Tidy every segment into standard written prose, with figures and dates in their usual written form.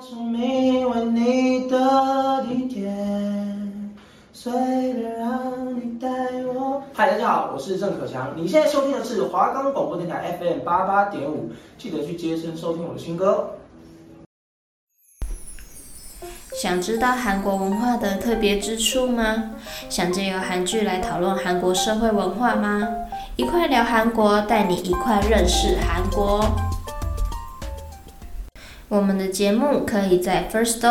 生命为你的地点，随便让你带我。嗨，大家好，我是郑可强，你现在收听的是华冈广播电台 FM88.5，记得去接声收听我的新歌。 想知道韩国文化的特别之处吗？想借由韩剧来讨论韩国社会文化吗？一块聊韩国，带你一块认识韩国。我们的节目可以在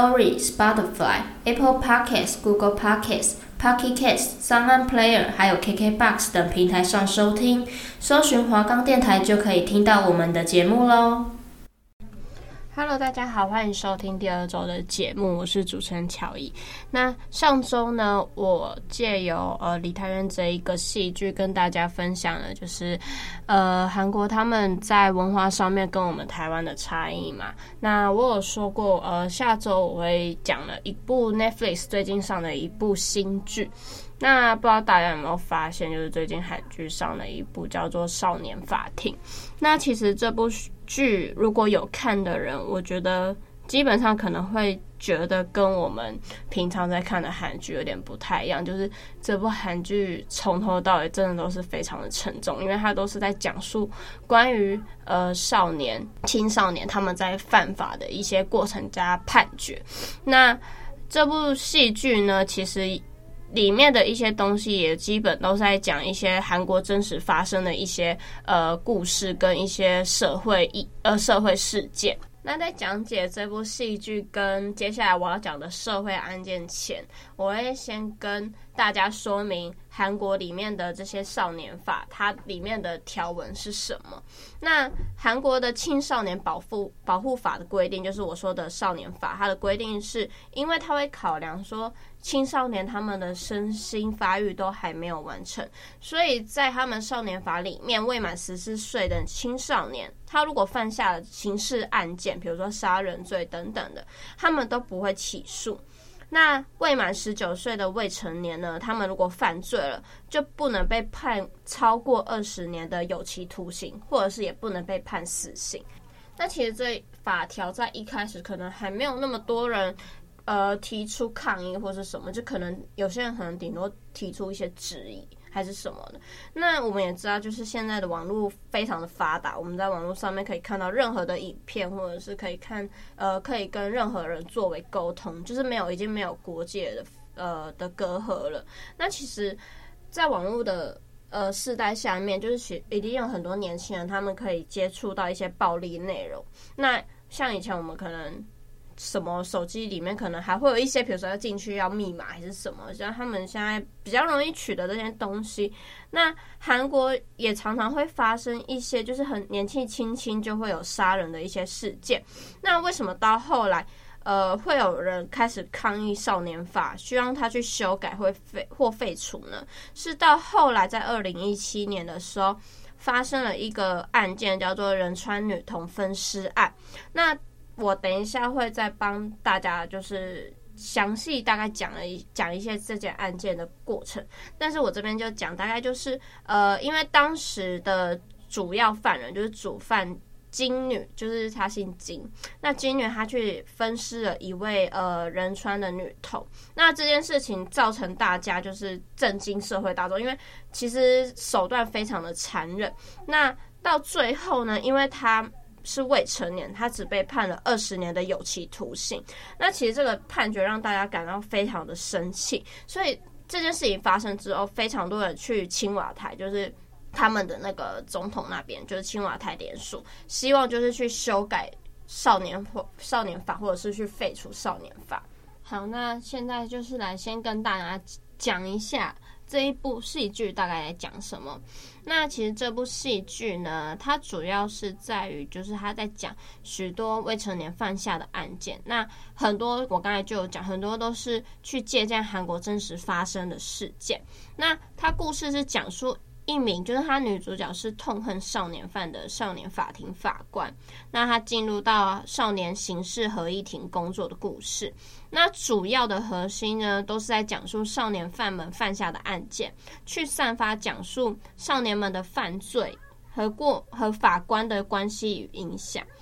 Firstory、Spotify、Apple Podcasts、Google Podcasts、Pocket Casts、Sound Player 还有 KKBOX 等平台上收听，搜寻华冈电台就可以听到我们的节目咯。Hello， 大家好，欢迎收听第二周的节目，我是主持人乔怡。那上周呢，我借由梨泰院这一个戏剧跟大家分享了，就是韩国他们在文化上面跟我们台湾的差异嘛。那我有说过，下周我会讲了一部 Netflix 最近上的一部新剧。那不知道大家有没有发现，就是最近韩剧上的一部叫做《少年法庭》。那其实这部剧如果有看的人，我觉得基本上可能会觉得跟我们平常在看的韩剧有点不太一样，就是这部韩剧从头到尾真的都是非常的沉重，因为它都是在讲述关于少年、青少年他们在犯法的一些过程加判决。那这部戏剧呢，其实里面的一些东西也基本都是在讲一些韩国真实发生的一些故事跟一些社会事件。那在讲解这部戏剧跟接下来我要讲的社会案件前，我会先跟大家说明韩国里面的这些少年法，它里面的条文是什么。那韩国的青少年保护法的规定，就是我说的少年法，它的规定是因为它会考量说青少年他们的身心发育都还没有完成，所以在他们少年法里面，未满14岁的青少年，他如果犯下了刑事案件，比如说杀人罪等等的，他们都不会起诉。那未满19岁的未成年呢，他们如果犯罪了，就不能被判超过20年的有期徒刑，或者是也不能被判死刑。那其实这法条在一开始可能还没有那么多人提出抗议或是什么，就可能有些人可能顶多提出一些质疑还是什么的。那我们也知道，就是现在的网络非常的发达，我们在网络上面可以看到任何的影片，或者是可以看可以跟任何人作为沟通，就是已经没有国界的隔阂了。那其实在网络的世代下面，就是一定有很多年轻人他们可以接触到一些暴力内容。那像以前我们可能什么手机里面可能还会有一些，比如说要进去要密码还是什么，像他们现在比较容易取得这些东西。那韩国也常常会发生一些就是很年纪轻轻就会有杀人的一些事件。那为什么到后来会有人开始抗议少年法，希望他去修改或废除呢？是到后来在2017年的时候发生了一个案件，叫做仁川女童分尸案。那我等一下会再帮大家就是详细大概讲一些这件案件的过程，但是我这边就讲大概就是因为当时的主要犯人就是主犯金女，就是她姓金，那金女她去分尸了一位仁川的女童。那这件事情造成大家就是震惊社会大众，因为其实手段非常的残忍。那到最后呢，因为她是未成年，他只被判了20年的有期徒刑。那其实这个判决让大家感到非常的生气，所以这件事情发生之后，非常多人去青瓦台，就是他们的那个总统那边，就是青瓦台联署，希望就是去修改少年法，或者是去废除少年法。好，那现在就是来先跟大家讲一下这一部戏剧大概在讲什么。那其实这部戏剧呢，它主要是在于就是它在讲许多未成年犯下的案件。那很多我刚才就有讲，很多都是去借鉴韩国真实发生的事件。那它故事是讲述一名就是她女主角是痛恨少年犯的少年法庭法官，那她进入到少年刑事合议庭工作的故事。那主要的核心呢，都是在讲述少年犯们犯下的案件，去散发讲述少年们的犯罪和法官的关系与影响。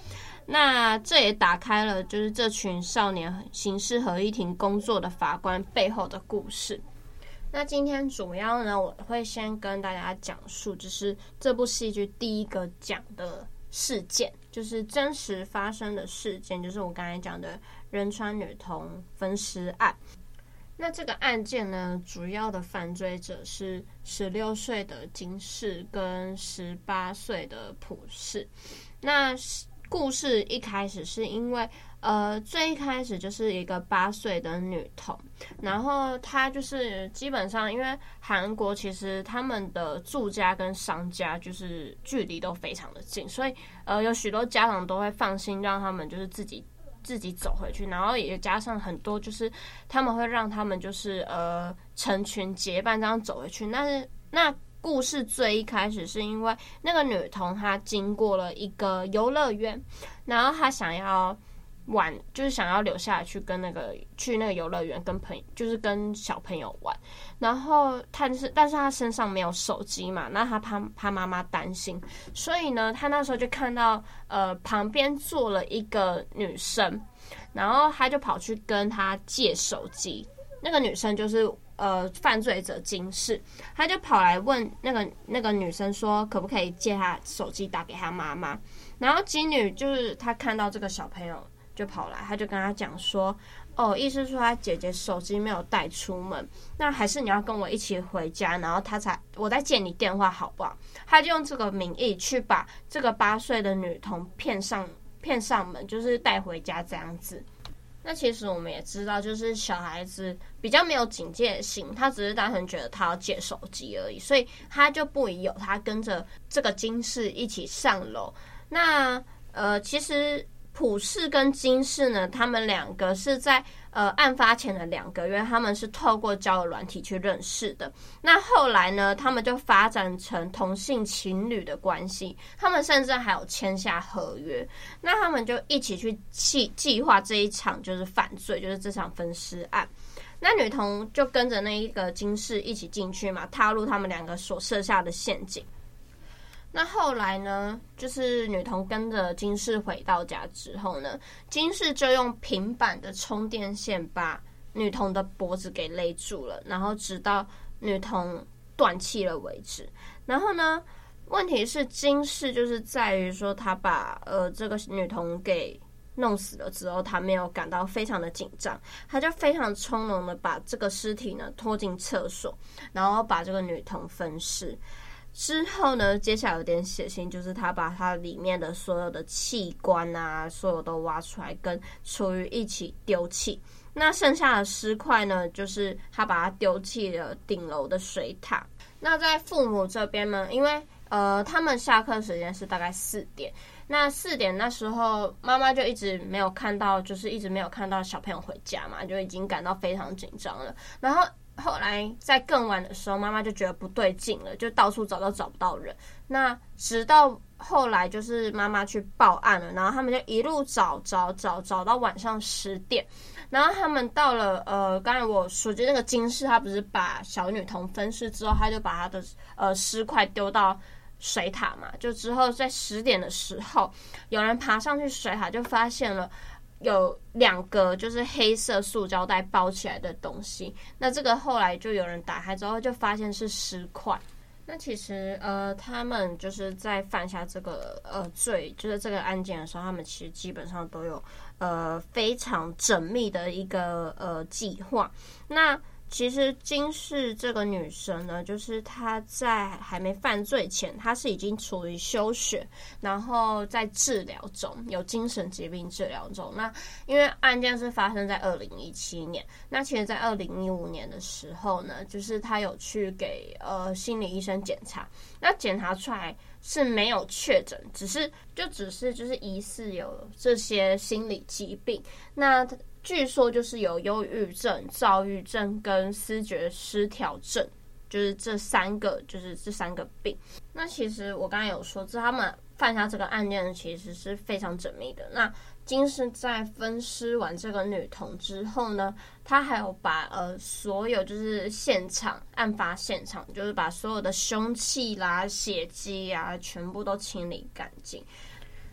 那这也打开了就是这群少年刑事合议庭工作的法官背后的故事。那今天主要呢，我会先跟大家讲述就是这部戏剧第一个讲的事件，就是真实发生的事件，就是我刚才讲的仁川女童分尸案。那这个案件呢，主要的犯罪者是16岁的金氏跟18岁的朴氏。那故事一开始是因为最一开始就是一个8岁的女童，然后她就是基本上因为韩国其实他们的住家跟商家就是距离都非常的近，所以有许多家长都会放心让他们就是自己走回去，然后也加上很多就是他们会让他们就是成群结伴这样走回去。那故事最一开始是因为那个女童她经过了一个游乐园，然后她想要玩，就是想要留下来去那个游乐园就是跟小朋友玩，然后但是她身上没有手机嘛，那她怕妈妈担心，所以呢她那时候就看到旁边坐了一个女生，然后她就跑去跟她借手机。那个女生就是犯罪者金氏，他就跑来问那个女生说可不可以借她手机打给她妈妈。然后金女就是她看到这个小朋友就跑来，她就跟他讲说意思说她姐姐手机没有带出门，那还是你要跟我一起回家，然后我再借你电话好不好？他就用这个名义去把这个8岁的女童骗上门，就是带回家这样子。那其实我们也知道，就是小孩子比较没有警戒心，他只是单纯觉得他要借手机而已，所以他就不疑有他，跟着这个金氏一起上楼。那其实朴氏跟金氏呢，他们两个是在案发前的2个月，他们是透过交友软体去认识的。那后来呢，他们就发展成同性情侣的关系，他们甚至还有签下合约。那他们就一起去计划这一场就是犯罪，就是这场分尸案。那女童就跟着那一个金氏一起进去嘛，踏入他们2个所设下的陷阱。那后来呢，就是女童跟着金氏回到家之后呢，金氏就用平板的充电线把女童的脖子给勒住了，然后直到女童断气了为止。然后呢，问题是金氏就是在于说，他把这个女童给弄死了之后，他没有感到非常的紧张，他就非常从容的把这个尸体呢拖进厕所，然后把这个女童分尸。之后呢，接下来有点血腥，就是他把他里面的所有的器官啊，所有都挖出来跟厨余一起丢弃。那剩下的尸块呢，就是他把它丢弃了顶楼的水塔。那在父母这边呢，因为他们下课时间是大概4点，那4点那时候妈妈就一直没有看到小朋友回家嘛，就已经感到非常紧张了。然后后来在更晚的时候，妈妈就觉得不对劲了，就到处找不到人。那直到后来就是妈妈去报案了，然后他们就一路找到晚上10点。然后他们到了刚才我说就那个金氏，他不是把小女童分尸之后，他就把他的尸块丢到水塔嘛，就之后在10点的时候，有人爬上去水塔，就发现了有2个就是黑色塑胶袋包起来的东西。那这个后来就有人打开之后，就发现是尸块。那其实他们就是在犯下这个罪，就是这个案件的时候，他们其实基本上都有非常缜密的一个计划。那其实金氏这个女生呢，就是她在还没犯罪前，她是已经处于休学，然后在治疗中，有精神疾病治疗中。那因为案件是发生在2017年，那其实在2015年的时候呢，就是她有去给心理医生检查，那检查出来是没有确诊，只是就是疑似有这些心理疾病。那据说就是有忧郁症、躁郁症跟思觉失调症，就是这三个病。那其实我刚才有说，他们犯下这个案件其实是非常缜密的。那金氏在分尸完这个女童之后呢，他还有把所有就是案发现场，就是把所有的凶器啦、血迹啊全部都清理干净。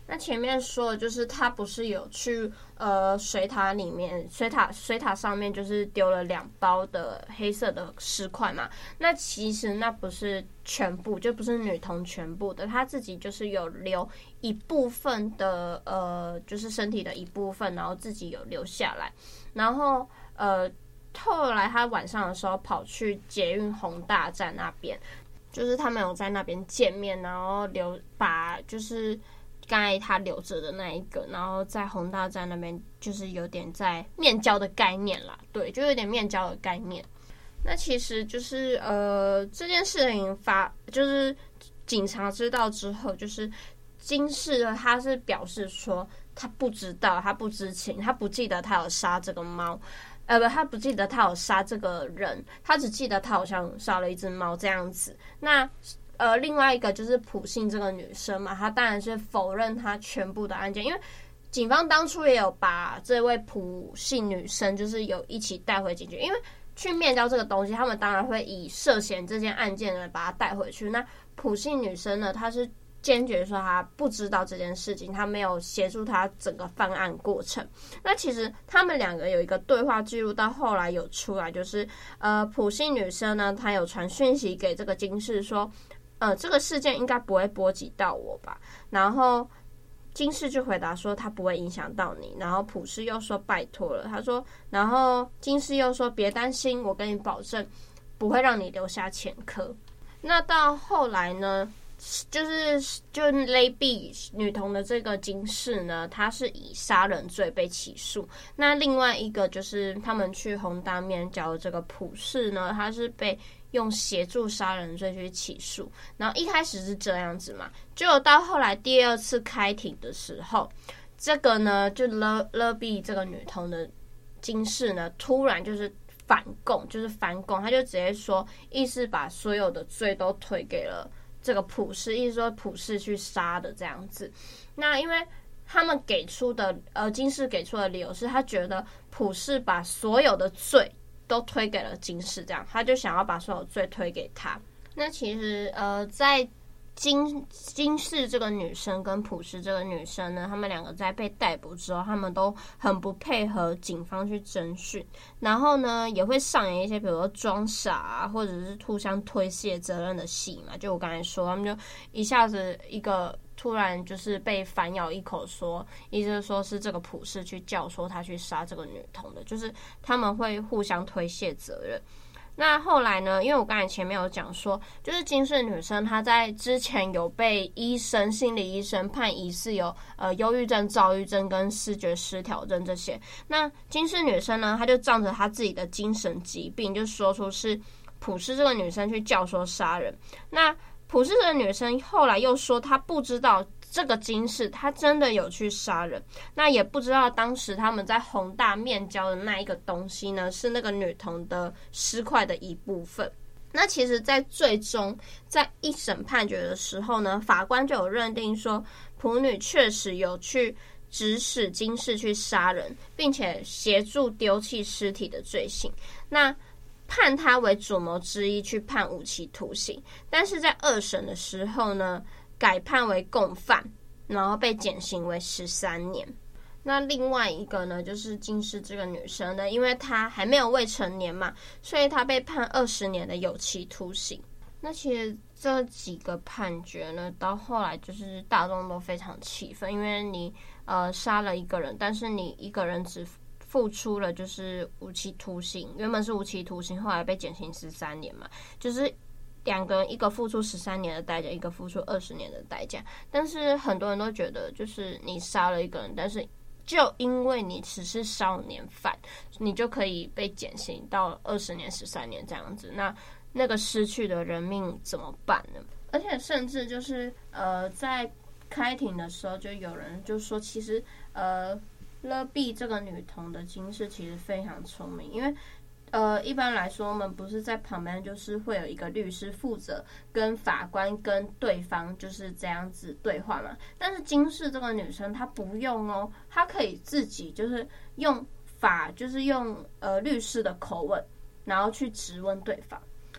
那前面说的就是他不是有去水塔里面，水塔上面就是丢了2包的黑色的尸块嘛。那其实那不是全部，就不是女童全部的，她自己就是有留一部分的就是身体的一部分，然后自己有留下来。然后后来她晚上的时候跑去捷运弘大站那边，就是他们有在那边见面，然后把就是刚才他留着的那一个，然后在弘大站那边就是有点在面交的概念啦，对，就有点面交的概念。那其实就是这件事情就是警察知道之后，就是金氏呢，他是表示说他不知道，他不知情，他不记得他有杀这个猫。他不记得他有杀这个人，他只记得他好像杀了一只猫这样子。那另外一个就是朴信这个女生嘛，她当然是否认她全部的案件，因为警方当初也有把这位朴信女生就是有一起带回警局，因为去面交这个东西，他们当然会以涉嫌这件案件呢把她带回去。那朴信女生呢，她是坚决说他不知道这件事情，他没有协助他整个犯案过程。那其实他们2个有一个对话记录，到后来有出来，就是朴信女生呢，她有传讯息给这个金氏说，这个事件应该不会波及到我吧？然后金氏就回答说他不会影响到你，然后朴氏又说拜托了，他说，然后金氏又说别担心，我跟你保证不会让你留下前科。那到后来呢？就勒毙女童的这个金氏呢，她是以杀人罪被起诉。那另外一个就是他们去弘大面交的这个朴氏呢，他是被用协助杀人罪去起诉。然后一开始是这样子嘛，结果到后来第2次开庭的时候，这个呢就勒毙这个女童的金氏呢，突然就是反供，他就直接说，意思把所有的罪都推给了这个朴氏，意思说朴氏去杀的这样子。那因为他们给出的金氏给出的理由是他觉得朴氏把所有的罪都推给了金氏，这样他就想要把所有罪推给他。那其实在金氏这个女生跟朴氏这个女生呢，他们2个在被逮捕之后，他们都很不配合警方去侦讯，然后呢也会上演一些比如说装傻啊，或者是互相推卸责任的戏嘛。就我刚才说，他们就一下子一个突然就是被反咬一口说，意思是说是这个朴氏去叫说他去杀这个女童的，就是他们会互相推卸责任。那后来呢，因为我刚才前面有讲说，就是金氏女生她在之前有被心理医生判疑似有忧郁症、躁郁症跟思觉失调症这些。那金氏女生呢，她就仗着她自己的精神疾病，就说出是朴氏这个女生去教唆杀人。那朴氏这个女生后来又说她不知道这个金氏他真的有去杀人，那也不知道当时他们在弘大面交的那一个东西呢，是那个女童的尸块的一部分。那其实在最终在一审判决的时候呢，法官就有认定说朴女确实有去指使金氏去杀人，并且协助丢弃尸体的罪行，那判他为主谋之一，去判无期徒刑。但是在2审的时候呢，改判为共犯，然后被减刑为13年。那另外一个呢，就是金氏这个女生呢，因为她还没有未成年嘛，所以她被判20年的有期徒刑。那其实这几个判决呢，到后来就是大众都非常气愤，因为你杀了一个人，但是你一个人只付出了就是无期徒刑，原本是无期徒刑，后来被减刑13年嘛，就是2个人，一个付出13年的代价，一个付出20年的代价。但是很多人都觉得，就是你杀了一个人，但是就因为你只是少年犯，你就可以被减刑到20年、13年这样子。那个失去的人命怎么办呢？而且甚至就是在开庭的时候，就有人就说，其实勒毙这个女童的金氏其实非常聪明，因为一般来说，我们不是在旁边就是会有一个律师负责跟法官跟对方就是这样子对话嘛。但是金氏这个女生她不用哦，她可以自己就是用律师的口吻，然后去质问对方。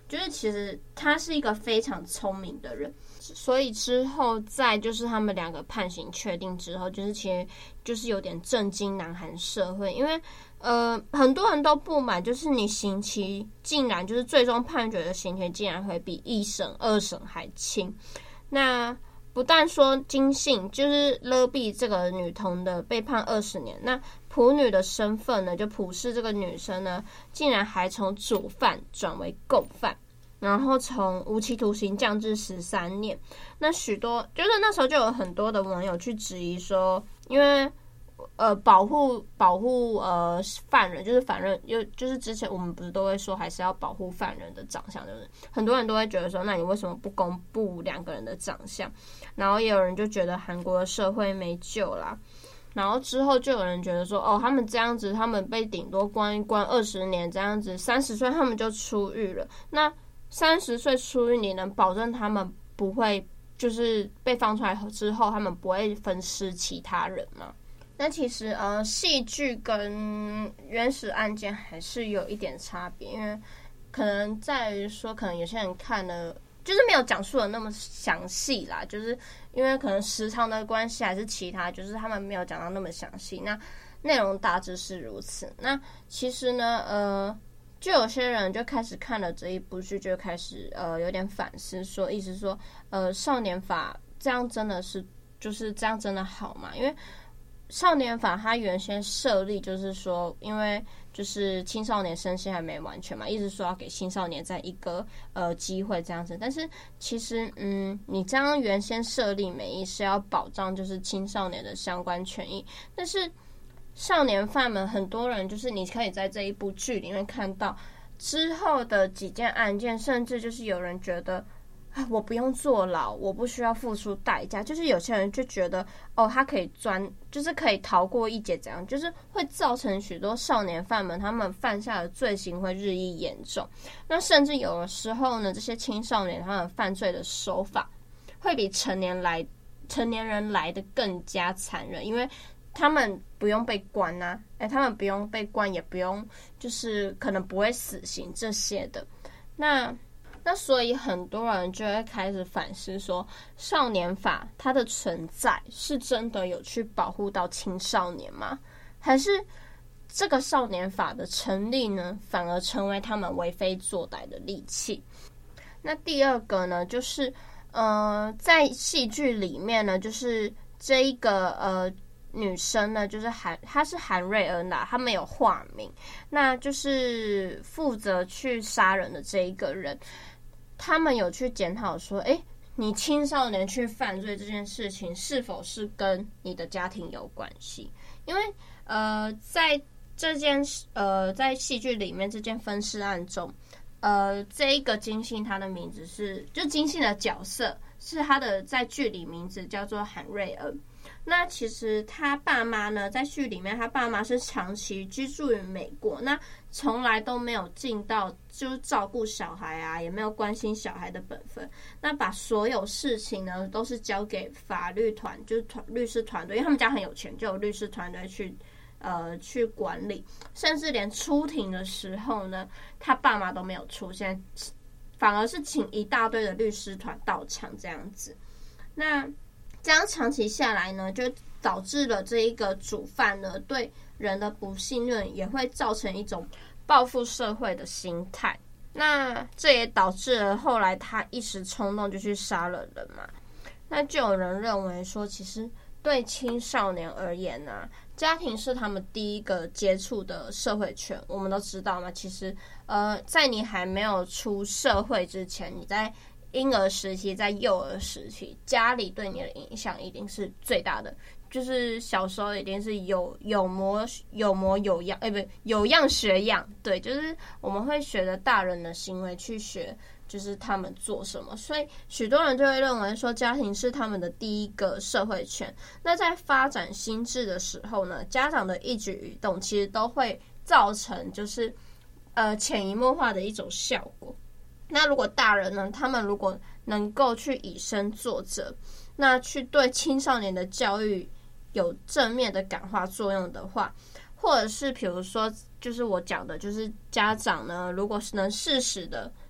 就是其实他是一个非常聪明的人，所以之后在就是他们两个判刑确定之后，就是其实就是有点震惊南韩社会，因为很多人都不满，就是你刑期竟然就是最终判决的刑期竟然会比1审、2审还轻。那不但说金信就是勒碧这个女童的被判20年，那朴女的身份呢，就朴氏这个女生呢，竟然还从主犯转为共犯，然后从无期徒刑降至13年。那许多就是那时候就有很多的网友去质疑说，因为保护犯人，就是反正就是之前我们不是都会说还是要保护犯人的长相，就是很多人都会觉得说，那你为什么不公布2个人的长相？然后也有人就觉得韩国的社会没救啦。然后之后就有人觉得说，他们这样子，他们被顶多关20年这样子，30岁他们就出狱了。那30岁出狱，你能保证他们不会就是被放出来之后，他们不会分尸其他人吗？那其实戏剧跟原始案件还是有一点差别，因为可能在于说，可能有些人看了就是没有讲述的那么详细啦，就是因为可能时长的关系还是其他，就是他们没有讲到那么详细。那内容大致是如此。那其实呢，就有些人就开始看了这一部剧，就开始有点反思，说意思说，少年法这样真的是就是这样真的好吗？因为少年法它原先设立就是说，因为就是青少年身心还没完全嘛，一直说要给青少年在一个机会这样子。但是其实你这样原先设立美意是要保障就是青少年的相关权益，但是少年犯们很多人就是你可以在这一部剧里面看到之后的几件案件，甚至就是有人觉得我不用坐牢，我不需要付出代价，就是有些人就觉得他可以就是可以逃过一劫，怎样，就是会造成许多少年犯们他们犯下的罪行会日益严重。那甚至有的时候呢，这些青少年他们犯罪的手法会比成年人来的更加残忍，因为他们不用被关啊，他们不用被关，也不用就是可能不会死刑这些的。那所以很多人就会开始反思说，少年法它的存在是真的有去保护到青少年吗？还是这个少年法的成立呢，反而成为他们为非作歹的利器？那第二个呢，就是在戏剧里面呢，就是这一个女生呢，就是她是韩瑞恩啦，她没有化名，那就是负责去杀人的这一个人。他们有去检讨说，你青少年去犯罪这件事情是否是跟你的家庭有关系？因为在在戏剧里面这件分尸案中，这一个金信他的名字就金信的角色是他的在剧里名字叫做韩瑞恩。那其实他爸妈呢，在剧里面他爸妈是长期居住于美国，那从来都没有尽到就是照顾小孩啊，也没有关心小孩的本分。那把所有事情呢都是交给法律团，就是律师团队，因为他们家很有钱，就有律师团队去管理，甚至连出庭的时候呢，他爸妈都没有出现，反而是请一大堆的律师团到场这样子。那这样长期下来呢，就导致了这一个主犯呢对人的不信任，也会造成一种报复社会的心态。那这也导致了后来他一时冲动就去杀了人嘛。那就有人认为说，其实对青少年而言呢，家庭是他们第一个接触的社会圈。我们都知道嘛，其实在你还没有出社会之前，你在婴儿时期，在幼儿时期，家里对你的影响一定是最大的。就是小时候一定是有模有样，有样学样。对，就是我们会学着大人的行为去学，就是他们做什么。所以许多人就会认为说，家庭是他们的第一个社会圈。那在发展心智的时候呢，家长的一举一动其实都会造成就是潜移默化的一种效果。那如果大人呢，他们如果能够去以身作则，那去对青少年的教育有正面的感化作用的话，或者是比如说就是我讲的，就是家长呢，如果是能适时的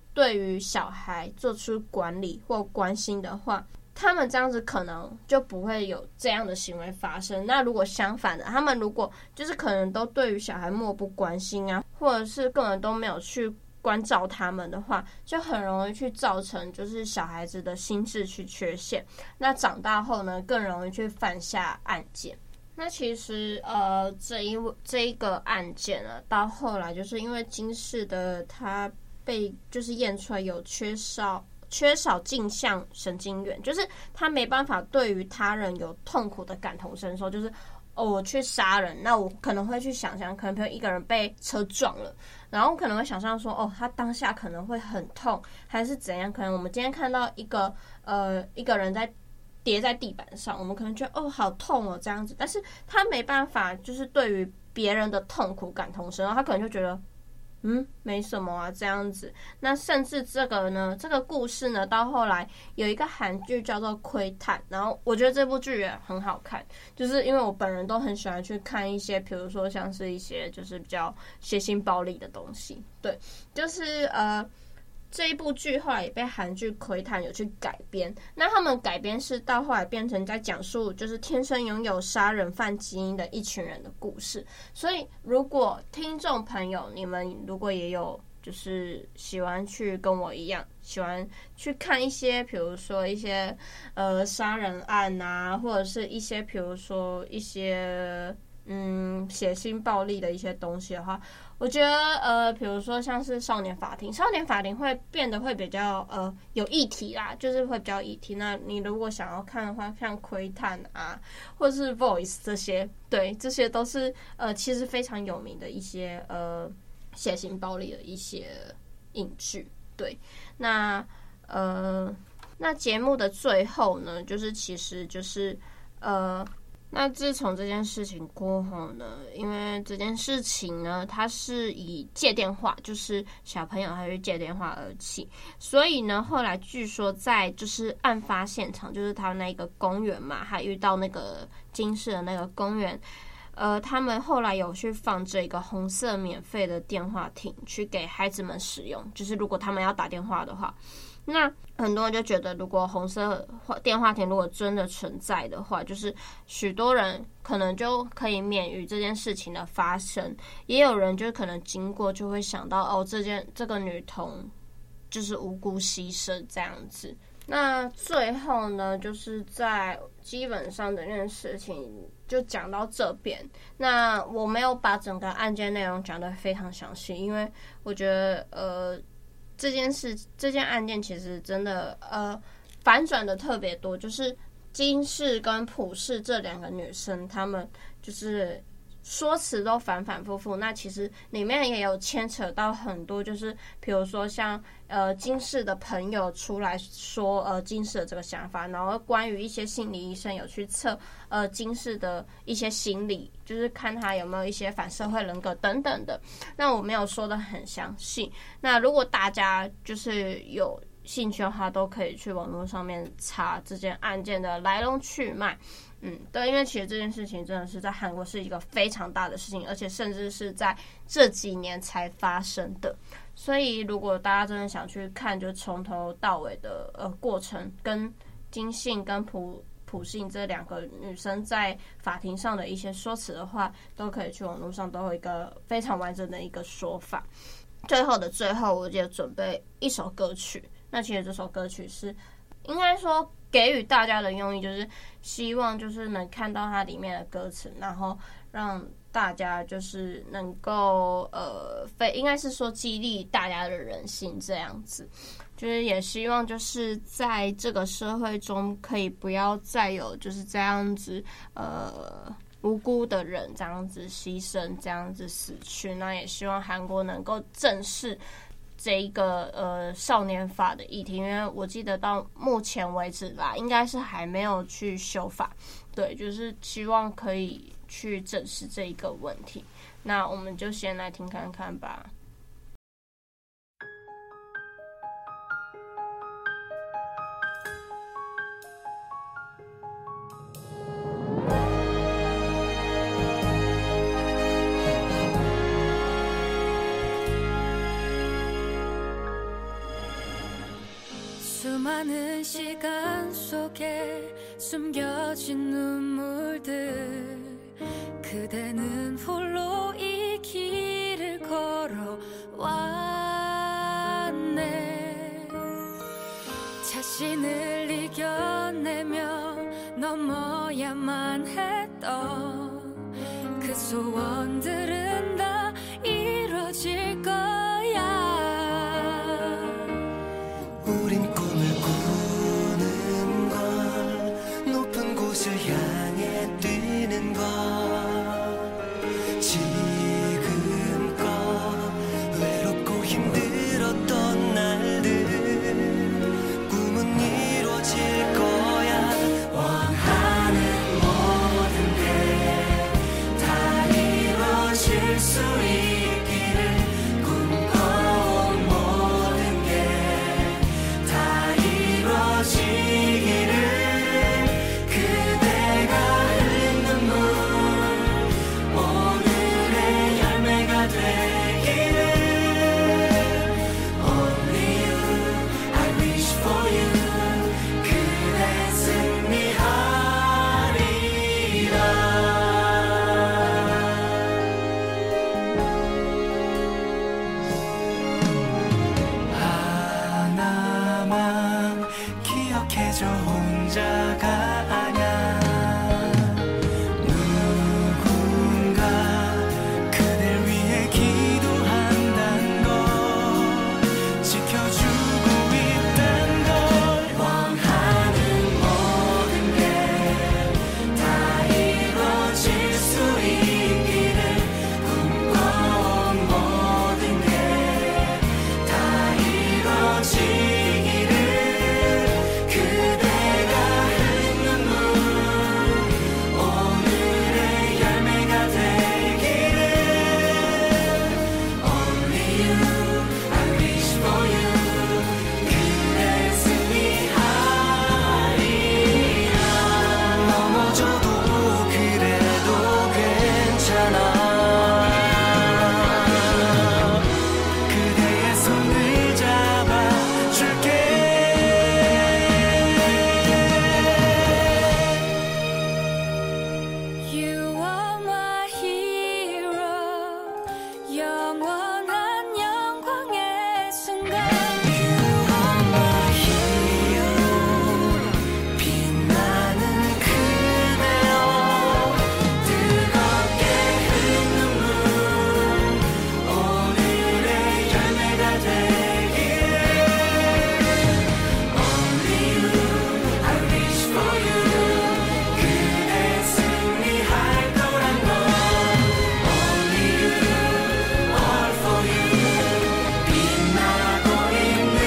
对于小孩做出管理或关心的话，他们这样子可能就不会有这样的行为发生。那如果相反的，他们如果就是可能都对于小孩漠不关心啊，或者是根本都没有去关照他们的话，就很容易去造成就是小孩子的心智去缺陷，那长大后呢更容易去犯下案件。那其实这一个案件呢，到后来就是因为金氏的他被就是验出来有缺少镜像神经元，就是他没办法对于他人有痛苦的感同身受，就是我去杀人，那我可能会去想象，可能比如一个人被车撞了，然后可能会想象说，他当下可能会很痛，还是怎样？可能我们今天看到一个人在跌在地板上，我们可能觉得好痛哦这样子，但是他没办法，就是对于别人的痛苦感同身受，他可能就觉得没什么啊这样子。那甚至这个故事呢，到后来有一个韩剧叫做《窥探》，然后我觉得这部剧也很好看，就是因为我本人都很喜欢去看一些，比如说像是一些就是比较血腥暴力的东西。对，就是这一部剧后来也被韩剧《窥探》有去改编，那他们改编是到后来变成在讲述就是天生拥有杀人犯基因的一群人的故事。所以如果听众朋友你们如果也有就是喜欢去跟我一样喜欢去看一些比如说一些杀人案啊，或者是一些比如说一些血腥暴力的一些东西的话，我觉得比如说像是少年法庭会变得会比较有议题啦，就是会比较议题。那你如果想要看的话，像窥探啊，或者是 Voice 这些，对，这些都是其实非常有名的一些血腥暴力的一些影剧。对，那节目的最后呢，就是其实就是那自从这件事情过后呢，因为这件事情呢，它是以借电话，就是小朋友还是借电话而起，所以呢，后来据说在就是案发现场，就是他那个公园嘛，还遇到那个金氏的那个公园，他们后来有去放这个红色免费的电话亭，去给孩子们使用，就是如果他们要打电话的话。那很多人就觉得，如果红色电话亭如果真的存在的话，就是许多人可能就可以免于这件事情的发生。也有人就可能经过就会想到，这个女童就是无辜牺牲这样子。那最后呢，就是在基本上这件事情就讲到这边。那我没有把整个案件内容讲得非常详细，因为我觉得这件案件其实真的反转的特别多，就是金氏跟朴氏这两个女生，她们就是说辞都反反复复。那其实里面也有牵扯到很多，就是比如说像金氏的朋友出来说金氏的这个想法，然后关于一些心理医生有去测金氏的一些心理，就是看他有没有一些反社会人格等等的。那我没有说的很详细，那如果大家就是有兴趣的话，都可以去网络上面查这件案件的来龙去脉。对，因为其实这件事情真的是在韩国是一个非常大的事情，而且甚至是在这几年才发生的。所以如果大家真的想去看，就从头到尾的过程，跟金信跟朴信这两个女生在法庭上的一些说辞的话，都可以去网络上都有一个非常完整的一个说法。最后的最后，我也准备一首歌曲。那其实这首歌曲是应该说给予大家的用意，就是希望就是能看到它里面的歌词，然后让大家就是能够应该是说激励大家的人心这样子。就是也希望就是在这个社会中可以不要再有就是这样子无辜的人这样子牺牲，这样子死去。那也希望韩国能够正视这一个少年法的议题，因为我记得到目前为止啦，应该是还没有去修法。对，就是希望可以去正视这一个问题。那我们就先来听看看吧。 수많은 시간 속에 숨겨진 눈물들 그대는 홀로 이 길을 걸어왔네 자신을 이겨내며 넘어야만 했던 그 소원들은 다 이뤄질 거야 우린 꿈을 꾸는 걸 높은 곳을 향해 뛰는 걸 지금껏 외롭고 힘들었던 날들 꿈은 이루어질 거야 원하는 모든 게 다 이루어질 수 있기를 꿈꿔온 모든 게 다 이루어지기를 그대가 흘린 눈물 오늘의 열매가 되기를 Only you, I wish for you 그대 승리하리라 하나만 기억해줘 혼자가 아냐 누군가 그댈 위해 기도한단 걸 지켜주고 있단 걸 원하는 모든 게 다 이루어질 수 있기를 꿈꿔온 모든 게 다 이루어지기를 그대가 흘린 눈물 오늘의 열매가 되기를 Only you, I wish for you 그대 승리하리라 넘어져도 그래도 괜찮아 그대의 손을 잡아줄게 You are my hero 영원한 영광의 순간 You are my hero 빛나는 그대여 뜨겁게 흘린 눈물 오늘의 열매가 되기를 Only you, I wish for you 그대 승리할 거란 걸 Only you, all for you 빛나고 있는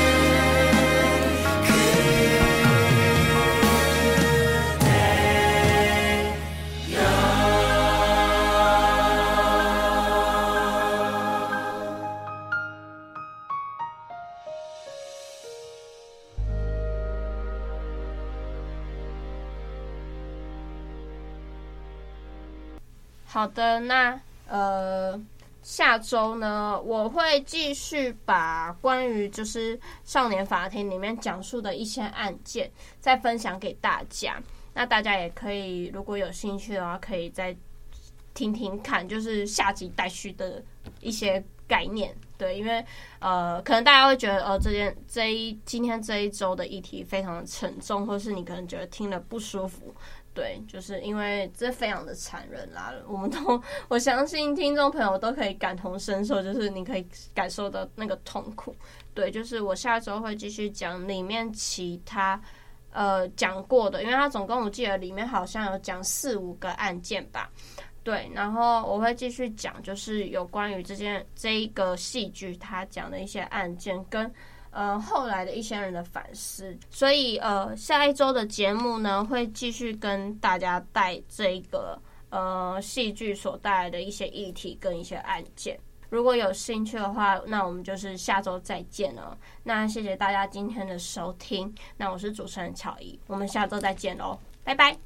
好的，那下周呢，我会继续把关于就是少年法庭里面讲述的一些案件再分享给大家。那大家也可以，如果有兴趣的话，可以再听听看，就是下集待续的一些概念。对，因为可能大家会觉得今天这一周的议题非常的沉重，或是你可能觉得听了不舒服。对，就是因为这非常的残忍啦，我相信听众朋友都可以感同身受，就是你可以感受到那个痛苦。对，就是我下周会继续讲里面其他讲过的，因为他总共我记得里面好像有讲4-5个案件吧。对，然后我会继续讲，就是有关于这一个戏剧他讲的一些案件跟后来的一些人的反思。所以下一周的节目呢，会继续跟大家带这个戏剧所带来的一些议题跟一些案件。如果有兴趣的话，那我们就是下周再见了。那谢谢大家今天的收听，那我是主持人巧怡，我们下周再见喽，拜拜。